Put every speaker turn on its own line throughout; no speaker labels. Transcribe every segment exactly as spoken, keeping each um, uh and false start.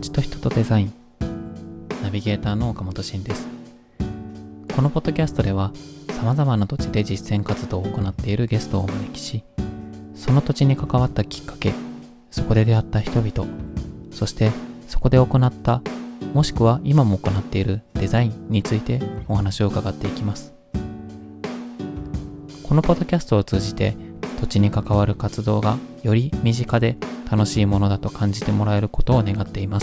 土地と人とデザインナビゲーターの岡本慎です。このポッドキャストではさまざまな土地で実践活動を行っているゲストをお招きし、その土地に関わったきっかけ、そこで出会った人々、そしてそこで行ったもしくは今も行っているデザインについてお話を伺っていきます。このポッドキャストを通じて土地に関わる活動がより身近で楽しいものだと感じてもらえることを願っています。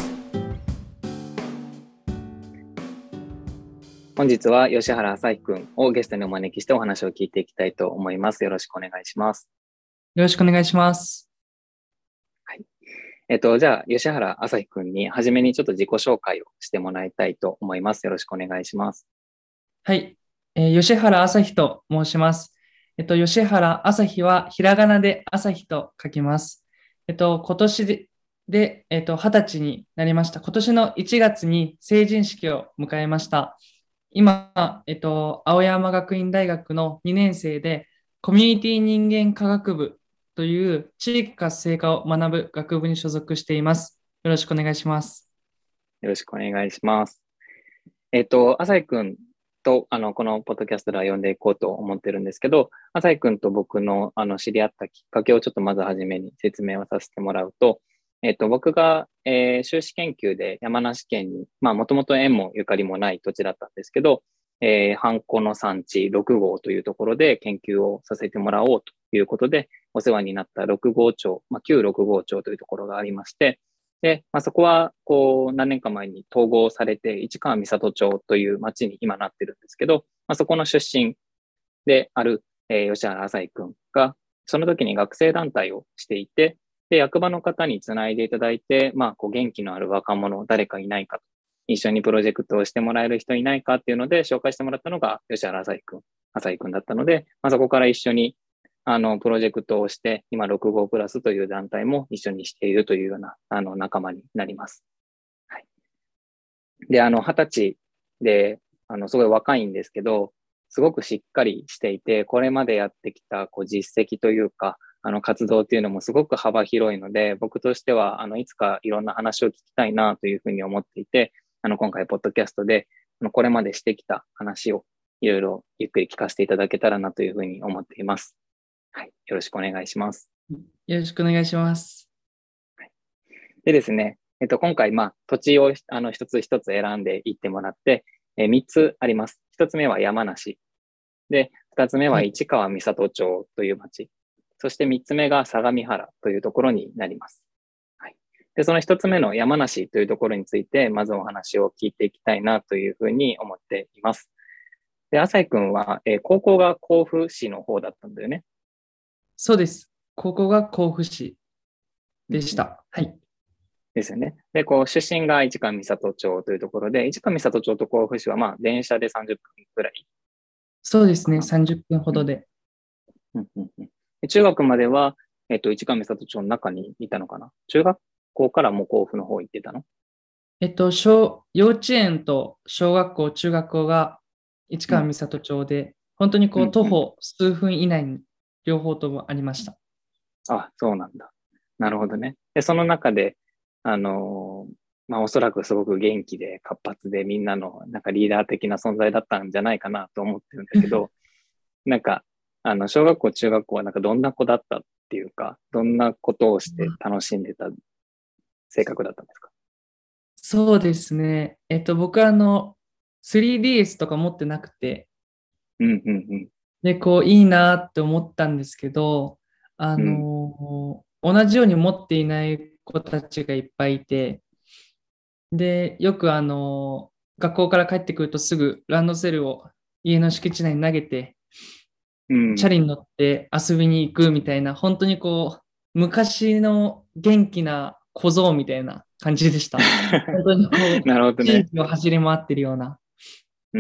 本日は吉原朝日くんをゲストにお招きしてお話を聞いていきたいと思います。よろしくお願いします。
よろしくお願いします。
はい。えっと、じゃあ、吉原朝日くんに初めにちょっと自己紹介をしてもらいたいと思います。よろしくお願いします。
はい。えー、吉原朝日と申します。えっと、吉原朝日はひらがなで朝日と書きます。えっと、今年で、でえっと、はたちになりました。今年のいちがつに成人式を迎えました。今、えっと、青山学院大学のにねん生で、コミュニティ人間科学部という地域活性化を学ぶ学部に所属しています。よろしくお願いします。
よろしくお願いします。えっと、朝日くんと、あの、このポッドキャストでは呼んでいこうと思ってるんですけど、朝日くんと僕の、あの、知り合ったきっかけをちょっとまずはじめに説明をさせてもらうと、えっと、僕が、えー、修士研究で山梨県に、まあ、もともと縁もゆかりもない土地だったんですけど、えー、ハンコの産地ろく号というところで研究をさせてもらおうということで、お世話になったろく号町、まあ、旧ろく号町というところがありまして、で、まあ、そこは、こう、何年か前に統合されて、市川三郷町という町に今なってるんですけど、まあ、そこの出身である、えー、吉原朝日くんが、その時に学生団体をしていて、で、役場の方につないでいただいて、まあ、こう、元気のある若者、誰かいないかと、一緒にプロジェクトをしてもらえる人いないかっていうので、紹介してもらったのが吉原朝日くん、朝日くんだったので、まあ、そこから一緒に、あの、プロジェクトをして、今、ろく号プラスという団体も一緒にしているというような、あの、仲間になります。はい。で、あの、二十歳で、あの、すごい若いんですけど、すごくしっかりしていて、これまでやってきた、こう、実績というか、あの、活動っていうのもすごく幅広いので、僕としては、あの、いつかいろんな話を聞きたいなというふうに思っていて、あの、今回、ポッドキャストで、あの、これまでしてきた話をいろいろゆっくり聞かせていただけたらなというふうに思っています。はい。よろしくお願いします。
よろしくお願いします。
はい、でですね、えっと、今回、まあ、土地を、あの、一つ一つ選んでいってもらって、えー、三つあります。一つ目は山梨。で、二つ目は市川三郷町という町。はい、そして三つ目が相模原というところになります。はい。で、その一つ目の山梨というところについて、まずお話を聞いていきたいなというふうに思っています。で、朝日くんは、えー、高校が甲府市の方だったんだよね。
そうです。高校が甲府市でした。うん、はい。
ですよね。で、こう、出身が市川三郷町というところで、市川三郷町と甲府市は、まあ、電車でさんじゅっぷんくらい。
そうですね。さんじゅっぷんほどで。
うんうんうんうん、中学までは、えっと、市川三郷町の中にいたのかな。中学校からもう甲府の方行ってたの？
えっと、小、幼稚園と小学校、中学校が市川三郷町で、うん、本当にこう、徒歩数分以内に両方ともありました。
あ、そうなんだ。なるほどね。で、その中で、あのー、まあ、おそらくすごく元気で活発でみんなのなんかリーダー的な存在だったんじゃないかなと思ってるんだけど、なんか、あの、小学校、中学校はなんかどんな子だったっていうか、どんなことをして楽しんでた性格だったんですか？
そうですね。えっと、僕はあの、スリーディーエス とか持ってなくて、
うんうんうん。
で、こう、いいなって思ったんですけど、あの、うん、同じように持っていない子たちがいっぱいいて、で、よくあの、学校から帰ってくるとすぐランドセルを家の敷地内に投げて、うん、チャリに乗って遊びに行くみたいな、本当にこう、昔の元気な小僧みたいな感じでした。本当にこう、
なるほどね。
地域を走り回ってるような。
うん。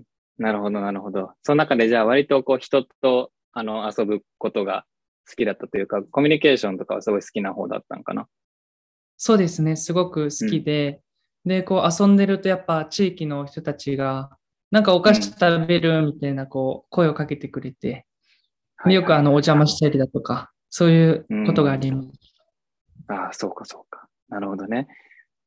なるほど、なるほど。その中でじゃあ割とこう人とあの遊ぶことが好きだったというか、コミュニケーションとかはすごい好きな方だったのかな？
そうですね。すごく好きで、うん、で、こう遊んでるとやっぱ地域の人たちが、なんかお菓子食べるみたいなこう声をかけてくれて、うん、よくあのお邪魔したりだとか、そういうことがあります。
うん、ああ、そうかそうか。なるほどね。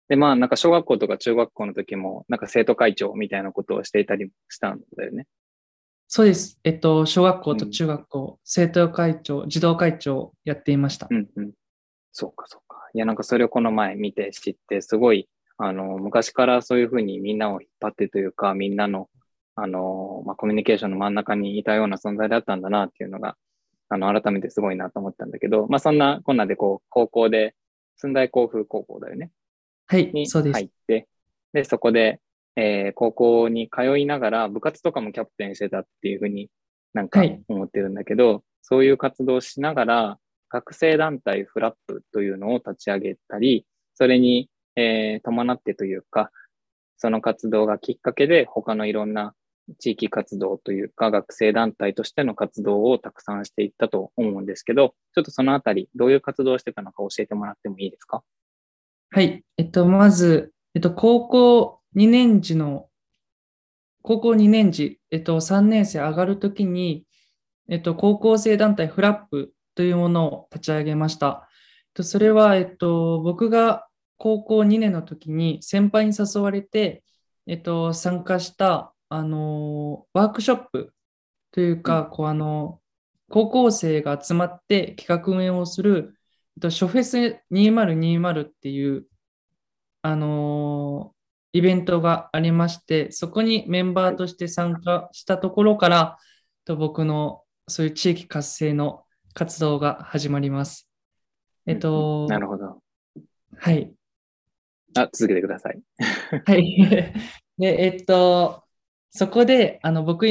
で、まあ、なんか小学校とか中学校の時も、なんか生徒会長みたいなことをしていたりしたんだよね。
そうです。えっと、小学校と
うん。
中学校、生徒会長、児童会長をやっていました。
うんうん。そうか、そうか。いや、なんかそれをこの前見て知って、すごい、あの、昔からそういうふうにみんなを引っ張ってというか、みんなの、あの、まあ、コミュニケーションの真ん中にいたような存在だったんだなっていうのが、あの、改めてすごいなと思ったんだけど、まあ、そんなこんなで、こう、高校で、駿台高風高校だよね。
はい、
に
そうです。
入って、で、そこで、えー高校に通いながら部活とかもキャプテンしてたっていうふうになんか
はい、
思ってるんだけど、そういう活動をしながら、学生団体フラップというのを立ち上げたり、それに、えー伴ってというか、その活動がきっかけで他のいろんな地域活動というか、学生団体としての活動をたくさんしていったと思うんですけど、ちょっとそのあたり、どういう活動をしてたのか教えてもらってもいいですか？
はい。えっと、まず、えっと、高校にねん次の、高校にねん次、えっと、さんねん生上がるときに、えっと、高校生団体フラップというものを立ち上げました。えっとそれは、えっと、僕が高校にねんの時に先輩に誘われて、えっと、参加した、あの、ワークショップという
うん、
か、こう、あの、高校生が集まって企画運営をする、えっと、ショフェスにせにじゅうっていう、あの、イベントがありまして、そこにメンバ
はい。
ーとして参加したところから、えっと僕のそういう地域活性の活動が始まります。えっ
うんうん、なる
と、
ほど。
はい。
あ、続けてください。
はい。で、えっと、そこで、あの、僕、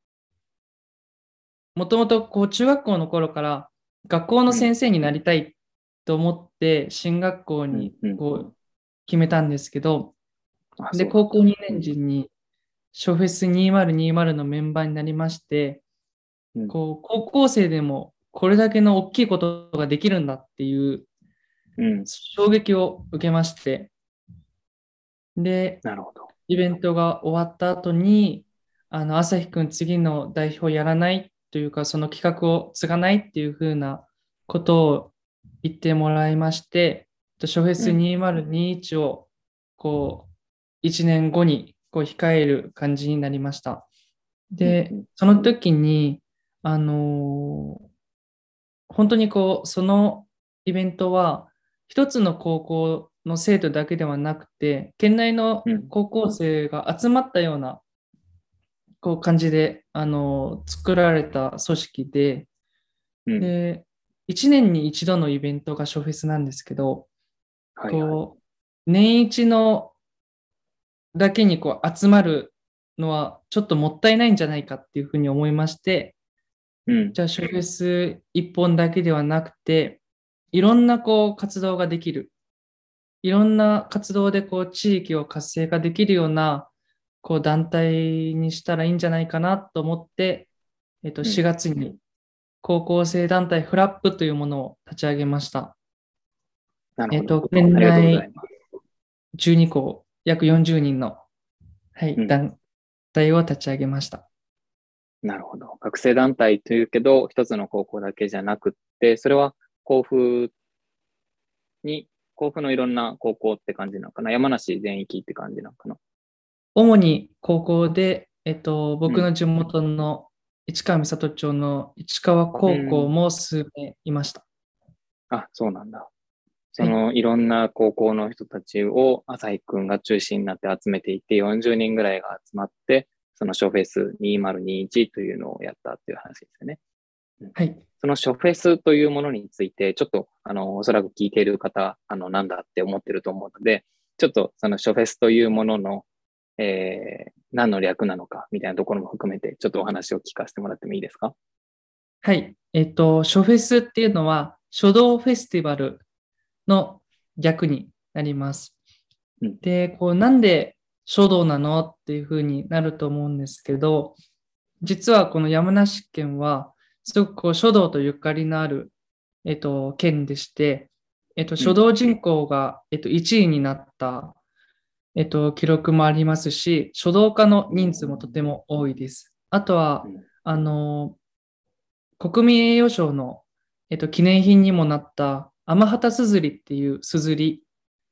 もともと、こう、中学校の頃から、学校の
うん、
先生になりたいと思って、進学校
うん、
に、
うん、うん。
こう、決めたんですけど、
あ、
で、
そうなんだ。
高校2
うん、
年時に、ショフェスにせにじゅうのメンバーになりまして、
うん、
こう、高校生でもこれだけの大きいことができるんだっていう
うん。
衝撃を受けまして、で、
なるほど。
イベントが終わった後に、あの、朝日くん次の代表やらないというか、その企画を継がないっていうふうなことを言ってもらいまして、ショフェス
うん、
にせにじゅういちを、こう、いちねんごにこう控える感じになりました。
うん、う
で、
ん、
その時に、あのー本当にこう、そのイベントは、一つの高校の生徒だけではなくて、県内の
うん、
高校生が集まったようなこう感じで、あのー作られた組織で、
うん。
で、いちねんに一度のイベントがショフェスなんですけど、
はいはい。
こう、年一のだけにこう集まるのはちょっともったいないんじゃないかっていうふうに思いまして、
うん、
じゃあ、ショフェス一本だけではなくて、いろんなこう活動ができる。いろんな活動でこう地域を活性化できるようなこう団体にしたらいいんじゃないかなと思って、えっと、
うん。
しがつに高校生団体フラップというものを立ち上げました。
なるほど。
えっと、県
ありがとうござい
内
ます。
じゅうに校、約よんじゅうにんの、はい、
うん。
団体を立ち上げました。
なるほど。学生団体というけど、一つの高校だけじゃなくって、それは甲府に、甲府のいろんな高校って感じなのかな。山梨全域って感じなのかな。
主に高校で、えっと、
うん。
僕の地元の市川三郷町の市川高校
うん。
も数名いました。
あ、そうなんだ。そ
はい。
のいろんな高校の人たちを朝日くんが中心になって集めていて、よんじゅうにんぐらいが集まって、そのショフェスにせんにじゅういちというのをやったっていう話ですよね。うん、
はい。
そのショフェスというものについて、ちょっと、あの、おそらく聞いている方、あの、なんだって思ってると思うので、ちょっとそのショフェスというものの、えー、何の略なのかみたいなところも含めて、ちょっとお話を聞かせてもらってもいいですか？
はい。えっと、書フェスっていうのは、書道フェスティバルの逆になります。
うん。
で、こう、なんで書道なのっていうふうになると思うんですけど、実はこの山梨県は、すごくこう書道とゆかりのある、えっと、県でして、えっと、
うん。
書道人口が、えっと、いちいになった、えっと、記録もありますし、書道家の人数もとても多いです。あとは、
うん。
あの、国民栄誉賞の、えっと、記念品にもなった、天旗すずりっていうすずり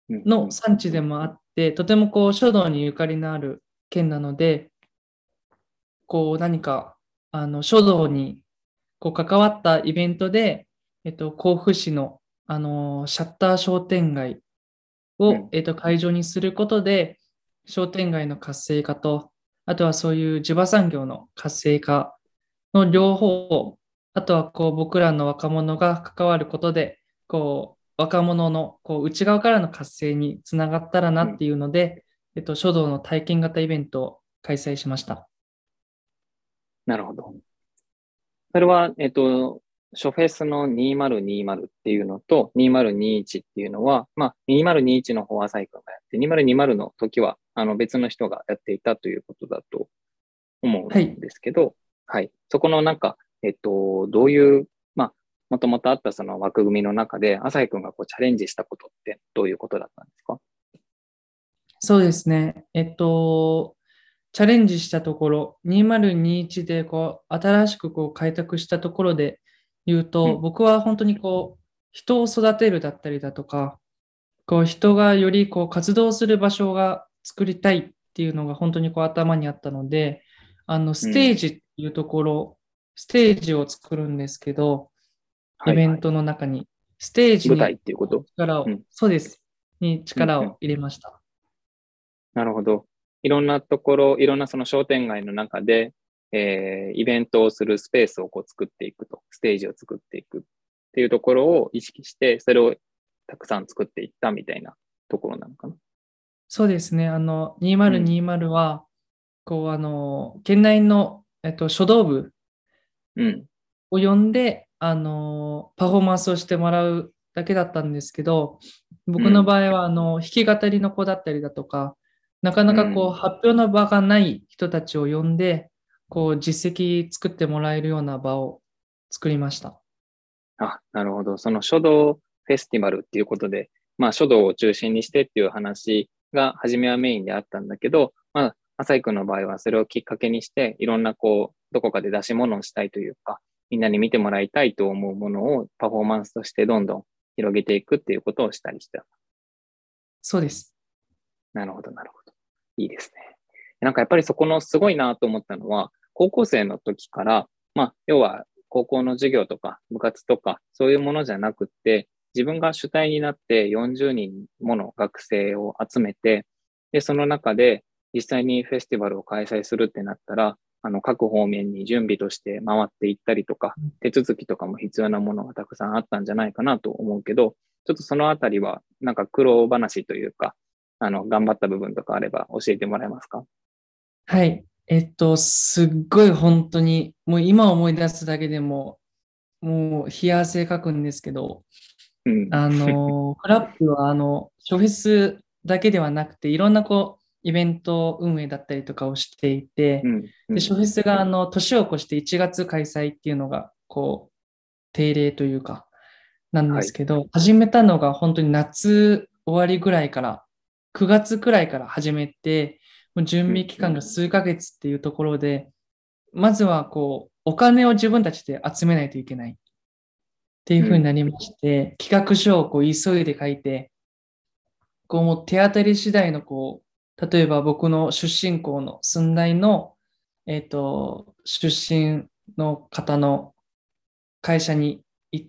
の産地でもあって、とてもこう書道にゆかりのある県なので、こう何かあの書道にこう関わったイベントで、えっと、甲府市の、あのシャッター商店街を、えっと、会場にすることで、商店街の活性化と、あとはそういう地場産業の活性化の両方、あとはこう僕らの若者が関わることで、こう若者のこう内側からの活性につながったらなっていうので、えっと、書道の体験型イベントを開催しました。
なるほど。それは、えっと、書フェスのにせんにじゅうっていうのとにせんにじゅういちっていうのは、まあ、にせんにじゅういちの方は浅井君がやって、にせんにじゅうの時は、あの、別の人がやっていたということだと思うんですけど、はい。はい、そこのなんか、えっと、どういう、まあ、もともとあったその枠組みの中で、浅井君がこうチャレンジしたことってどういうことだったんですか？
そうですね。えっと、チャレンジしたところ、にせんにじゅういちでこう新しくこう開拓したところで言うと、
うん、
僕は本当にこう人を育てるだったりだとか、こう人がよりこう活動する場所が作りたいっていうのが本当にこう頭にあったので、あのステー
うん、
ジっていうところ、ステージを作るんですけど、イ
はい。
ベントの中に、ステージ
舞台
に
っていうこと？
力を、
うん、
そうです、に
うん、うん。
力を入れました。
なるほど。いろんなところ、いろんなその商店街の中で、えー、イベントをするスペースをこう作っていくと、ステージを作っていくっていうところを意識して、それをたくさん作っていったみたいなところなのかな。
そうですね、あの、
うん、
にせんにじゅうは、こう、あの、県内の、えっと、書道部
うん、
を呼んで、あの、パフォーマンスをしてもらうだけだったんですけど、僕の
うん、
場合は、あの、弾き語りの子だったりだとか、なかなかこう、
うん。
発表の場がない人たちを呼んで、こう、実績作ってもらえるような場を作りました。
あ、なるほど。その書道フェスティバルっていうことで、まあ書道を中心にしてっていう話が初めはメインであったんだけど、まあ、浅井君の場合はそれをきっかけにして、いろんなこう、どこかで出し物をしたいというか、みんなに見てもらいたいと思うものをパフォーマンスとしてどんどん広げていくっていうことをしたりした。
そうです。
なるほど、なるほど。いいですね。なんかやっぱりそこのすごいなと思ったのは、高校生の時から、まあ、要は高校の授業とか部活とか、そういうものじゃなくって、自分が主体になってよんじゅうにんもの学生を集めて、で、その中で実際にフェスティバルを開催するってなったら、あの、各方面に準備として回っていったりとか、手続きとかも必要なものがたくさんあったんじゃないかなと思うけど、ちょっとそのあたりは、なんか苦労話というか、あの、頑張った部分とかあれば教えてもらえますか？
はい。えっと、すっごい本当に、もう今思い出すだけでも、もう冷や汗かくんですけど、
うん。
あの、フラップは、あの、ショーフェスだけではなくて、いろんなこう、イベント運営だったりとかをしていて、
うん。う
で、
ん。
ショーフェスが、あの、年を越していちがつ開催っていうのが、こう、定例というか、なんで
はい。
すけど、始めたのが本当に夏終わりぐらいから、くがつくらいから始めて、もう準
うん。
備期
うん。
間が数ヶ月っていうところで、まずはこう、お金を自分たちで集めないといけないっていう
うん。
風になりまして、企画書をこう急いで書いて、こうもう手当たり次第のこう、例えば僕の出身校の寸大の、えっと、出身の方の会社に行って、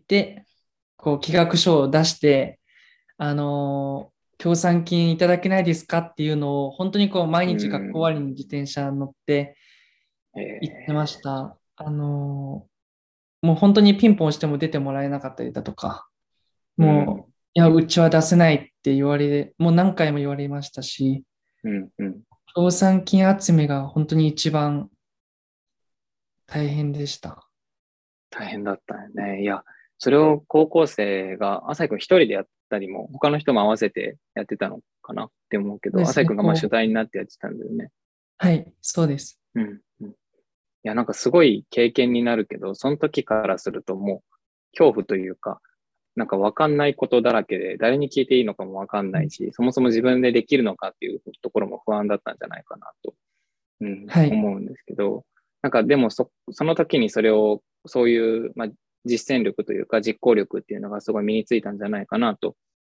こう企画書を出して、あのー協賛金いただけないですかっていうのを、本当にこう毎
う
日学校終わ
ん。
りに自転車乗って行ってまし
え
た。あのーもう本当にピンポンしても出てもらえなかったりだとか、
ー、うん。
もう、いや、うちは出せないって言われ、もう何回も言われましたし、
うん。うん。
協賛金集めが本当に一番大変でした。
大変だったよね。いや、それを高校生が、浅井くん一人でやったりも、他の人も合わせてやってたのかなって思うけど、
そうですね、
浅井くんがまあ主
こう、
体になってやってたんだよね。
はい、そうです。
うん。うん。いや、なんかすごい経験になるけど、その時からするともう、恐怖というか、なんかわかんないことだらけで、誰に聞いていいのかもわかん
うん、
ないし、そもそも自分でできるのかっていうところも不安だったんじゃないかなと、うん、
はい、
思うんですけど、なんかでもそ、その時にそれを、そういう、まあ、実践力というか実行力っていうのがすごい身についたんじゃないかなと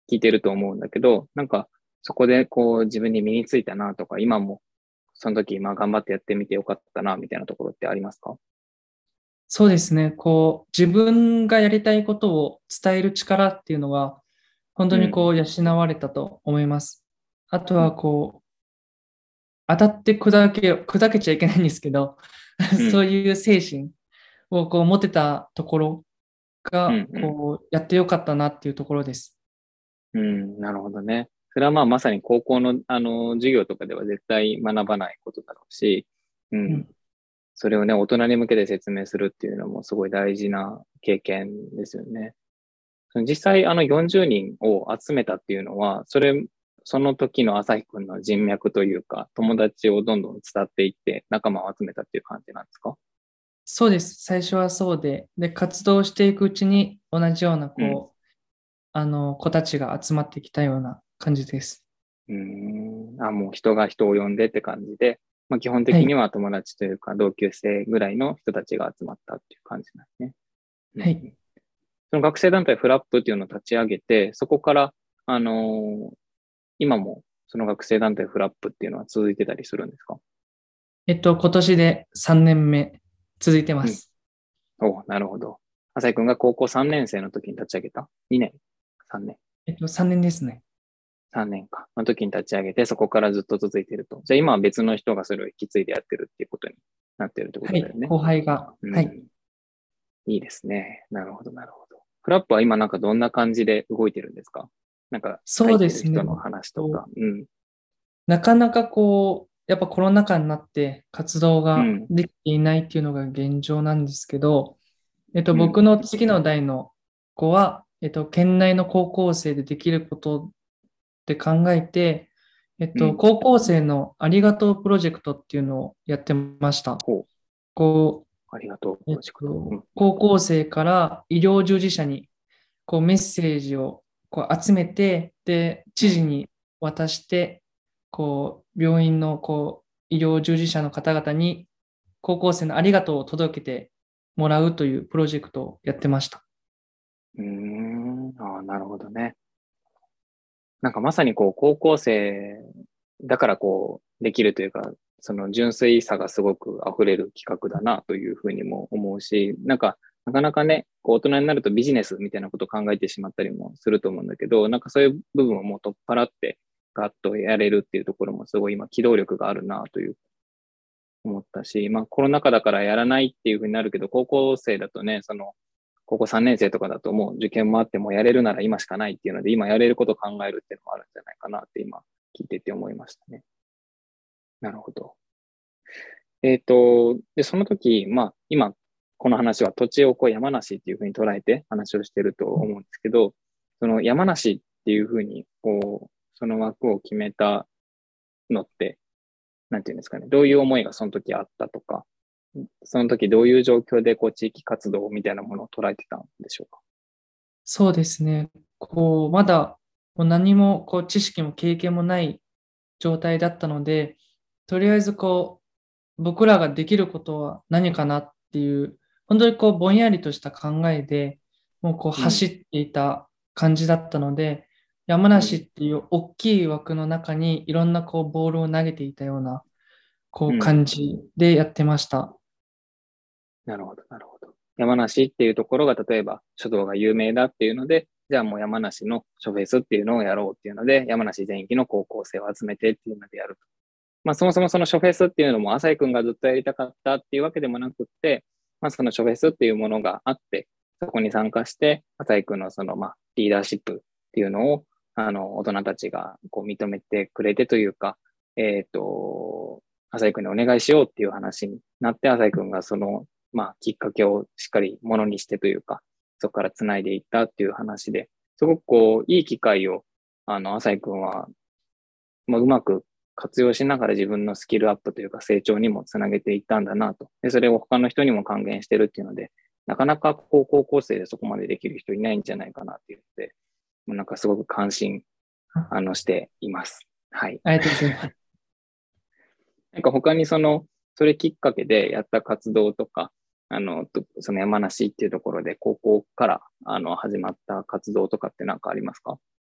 聞いてると思うんだけど、なんかそこでこう自分に身についたなとか、今もその時まあ頑張ってやってみてよかったなみたいなところってありますか？
そうですね。こう、自分がやりたいことを伝える力っていうのは、本当にこう、養われたと思います。あとは、こう、当たって砕け、砕けちゃいけないんですけど、
うん、
そういう精神をこう持てたところが、
うん、うん。
こう、やってよかったなっていうところです。
うん、なるほどね。それはまあまさに高校のあの授業とかでは絶対学ばないことだろうし、うん、
うん。
それをね、大人に向けて説明するっていうのもすごい大事な経験ですよね。その実際あのよんじゅうにんを集めたっていうのは、それ、その時の朝日くんの人脈というか、友達をどんどん伝っていって仲間を集めたっていう感じなんですか？
そうです。最初はそうで、で、活動していくうちに同じような、
うん。
こう、あの、子たちが集まってきたような感じです。
うーん。あ、もう人が人を呼んでって感じで、まあ基本
はい。
的には友達というか同級生ぐらいの人たちが集まったっていう感じなんですね。うん。
はい。
その学生団体フラップっていうのを立ち上げて、そこから、あのー今もその学生団体フラップっていうのは続いてたりするんですか？
えっと、今年でさんねんめ続いてま
うん。
す。
お、なるほど。浅井くんが高校さんねん生の時に立ち上げた？ に 年 ?さん 年
えっと、さんねんですね。
?さん 年か。の時に立ち上げて、そこからずっと続いていると。じゃあ今は別の人がそれを引き継いでやってるっていうことになってるってこ
はい。
とだよね。
後輩が。はい。
うん。いいですね。なるほど、なるほど。フラップは今なんかどんな感じで動いてるんですか？なんか書
そう
いてる
ですね。
人の話とか。
こ
うん。
うなかなかこう、やっぱコロナ禍になって活動が
うん。
できていないっていうのが現状なんですけど、えっと、
うん。
僕の次の代の子は、えっと、県内の高校生でできることって考えて、えっと、
うん。
高校生のありがとうプロジェクトっていうのをやってました。
ほう。
こ
ありがとう、
う、えっ
プロジェクト。う
と、
ん。
高校生から医療従事者にこうメッセージをこう集めて、で、
うん。
知事に渡して、こう、病院のこう医療従事者の方々に高校生のありがとうを届けてもらうというプロジェクトをやってました。
うーん。ああ、なるほどね。なんかまさにこう、高校生だからこう、できるというか、その純粋さがすごく溢れる企画だなというふうにも思うし、なんか、なかなかね、こう大人になるとビジネスみたいなことを考えてしまったりもすると思うんだけど、なんかそういう部分をもう取っ払って、ガッとやれるっていうところもすごい今、機動力があるなという思ったし、まあコロナ禍だからやらないっていうふうになるけど、高校生だとね、その、高校さんねん生とかだともう受験もあってもやれるなら今しかないっていうので、今やれることを考えるっていうのもあるんじゃないかなって今聞いてて思いましたね。なるほど。えっと、で、その時、まあ今この話は土地をこう山梨っていうふうに捉えて話をしてると思うんですけど、その山梨っていうふうにこう、その枠を決めたのって、なんていうんですかね、どういう思いがその時あったとか、その時どういう状況でこう地域活動みたいなものを捉えてたんでしょうか？
そうですね。こう、まだこう何もこう知識も経験もない状態だったので、とりあえずこう、僕らができることは何かなっていう、本当にこう、ぼんやりとした考えで、もうこう、
うん、
走っていた感じだったので、山
うん、
梨っていう大きい枠の中にいろんなこう、ボールを投げていたような、こう、
うん。
感じでやってました。
なるほど、なるほど。山梨っていうところが、例えば書道が有名だっていうので、じゃあもう山梨の書フェスっていうのをやろうっていうので、山梨全域の高校生を集めてっていうのでやると。まあそもそもその書フェスっていうのも、浅井くんがずっとやりたかったっていうわけでもなくって、まあその書フェスっていうものがあって、そこに参加して、浅井くんのそのまあリーダーシップっていうのを、あの、大人たちがこう認めてくれてというか、えっと、浅井くんにお願いしようっていう話になって、浅井くんがそのまあ、きっかけをしっかりものにしてというか、そこから繋いでいったっていう話で、すごくこう、いい機会を、あの、浅井くんは、まあ、うまく活用しながら自分のスキルアップというか成長にもつなげていったんだなと。で、それを他の人にも還元してるっていうので、なかなか高校高生でそこまでできる人いないんじゃないかなって言って、もうなんかすごく感心、あの、しています。はい。
ありがとうございます。
なんか他にその、それきっかけでやった活動とか、あの、その山梨っていうところで高校からあの始まった活動とかって何かありますか？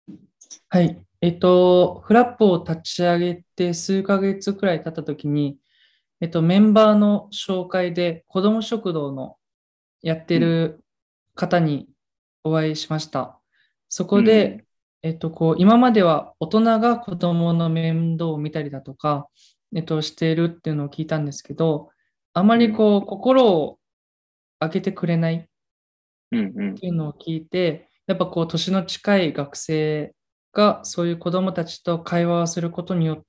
はい。えっと、フラップを立ち上げて数ヶ月くらい経った時に、えっと、メンバーの紹介で子ども食堂のやって
うん。
る方にお会いしました。そ
うん。
こで、えっと、こう、今までは大人が子供の面倒を見たりだとか、えっと、しているっていうのを聞いたんですけど、あま
うん。
りこう、心を開けてくれないっ
うん。うん。
ていうのを聞いて、やっぱこう、年の近い学生がそういう子供たちと会話をすることによって、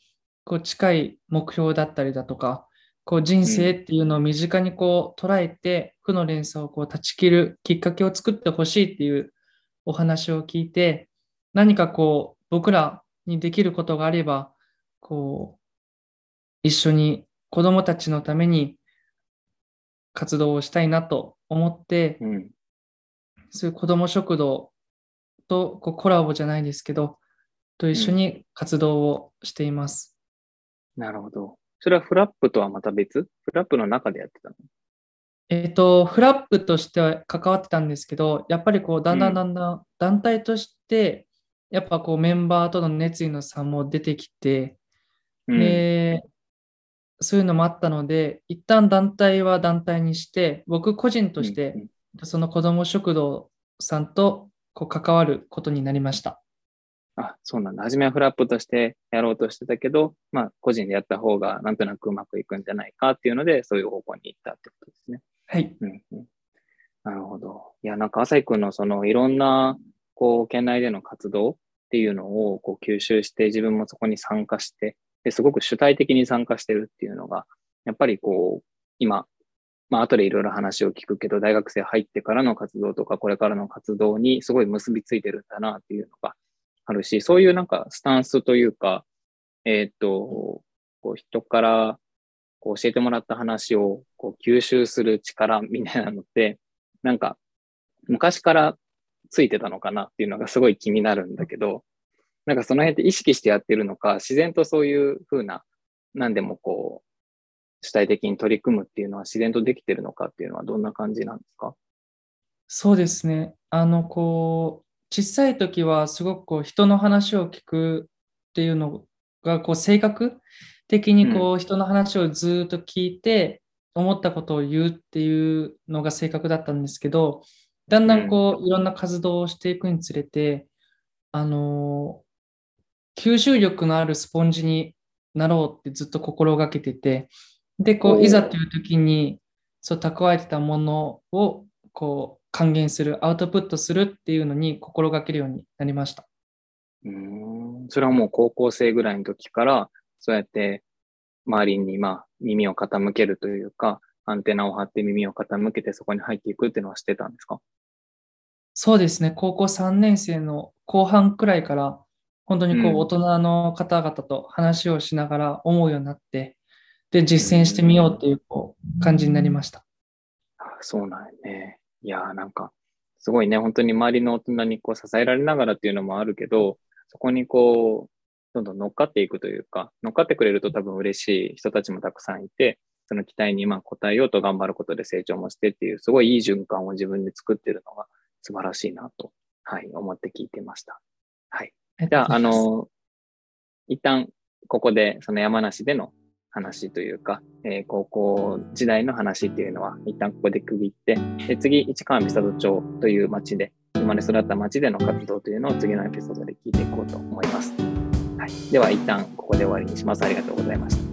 こう、近い目標だったりだとか、こう人
うん。
生っていうのを身近にこう捉えて、負の連鎖をこう断ち切るきっかけを作ってほしいっていうお話を聞いて、何かこう僕らにできることがあれば、こう一緒に子供たちのために活動をしたいなと思って、
うん。
そういう子供食堂とこうコラボじゃないですけど、と一
うん。
緒に活動をしています。
なるほど。それはフラップとはまた別？フラップの中でやってたの？
えっと、フラップとしては関わってたんですけど、やっぱりこう、だんだん
うん。
だんだん団体として、やっぱこうメンバーとの熱意の差も出てきて、
うん。
で、そういうのもあったので、一旦団体は団体にして、僕個人と
うん。う
して、
ん。
その子ども食堂さんとこう関わることになりました。
あ、そうなんだ。初めはフラップとしてやろうとしてたけど、まあ、個人でやった方がなんとなくうまくいくんじゃないかっていうので、そういう方向に行ったってことですね。
はい。
うん。うん。なるほど。いや、なんか、浅井くんのそのいろんな、こう、県内での活動っていうのをこう吸収して、自分もそこに参加して、で、すごく主体的に参加してるっていうのが、やっぱりこう、今、まあ、後でいろいろ話を聞くけど、大学生入ってからの活動とか、これからの活動にすごい結びついてるんだなっていうのがあるし、そういうなんかスタンスというか、えっと、こう人からこう教えてもらった話をこう吸収する力みたいなのって、なんか昔からついてたのかなっていうのがすごい気になるんだけど、なんかその辺って意識してやってるのか、自然とそういう風な、何でもこう、主体的に取り組むっていうのは自然とできてるのかっていうのはどんな感じなんですか？
そうですね。あの、こう、小さい時はすごくこう人の話を聞くっていうのが、こう性格的に
うん、
こう人の話をずっと聞いて、思ったことを言うっていうのが性格だったんですけど、だんだん
うん、
こういろんな活動をしていくにつれて、あの、吸収力のあるスポンジになろうってずっと心がけてて、で、こう、いざと
おー、
いう時に、そう、蓄えてたものを、こう、還元する、アウトプットするっていうのに心がけるようになりました。
うーん、それはもう高校生ぐらいの時から、そうやって周りにまあ耳を傾けるというか、アンテナを張って耳を傾けてそこに入っていくっていうのはしてたんですか？
そうですね、高校さんねん生の後半くらいから、本当にこう、大
うん。
人の方々と話をしながら思うようになって、で、
うー
実践してみようって
ん。
いう、こう、感じになりました。
あ、そうなんやね。いやーなんか、すごいね、本当に周りの大人にこう支えられながらっていうのもあるけど、そこにこう、どんどん乗っかっていくというか、乗っかってくれると多分嬉しい人たちもたくさんいて、その期待にまあ応えようと頑張ることで成長もしてっていう、すごいいい循環を自分で作ってるのが素晴らしいなと、はい、思って聞いてました。はい。
ありがとう
じゃあ、あ
ございます。
の、一旦ここでその山梨での話というか、えー、高校時代の話っていうのは一旦ここで区切って、で次、市川三郷町という町で、生まれ育った町での活動というのを次のエピソードで聞いていこうと思います。はい、では一旦ここで終わりにします。ありがとうございました。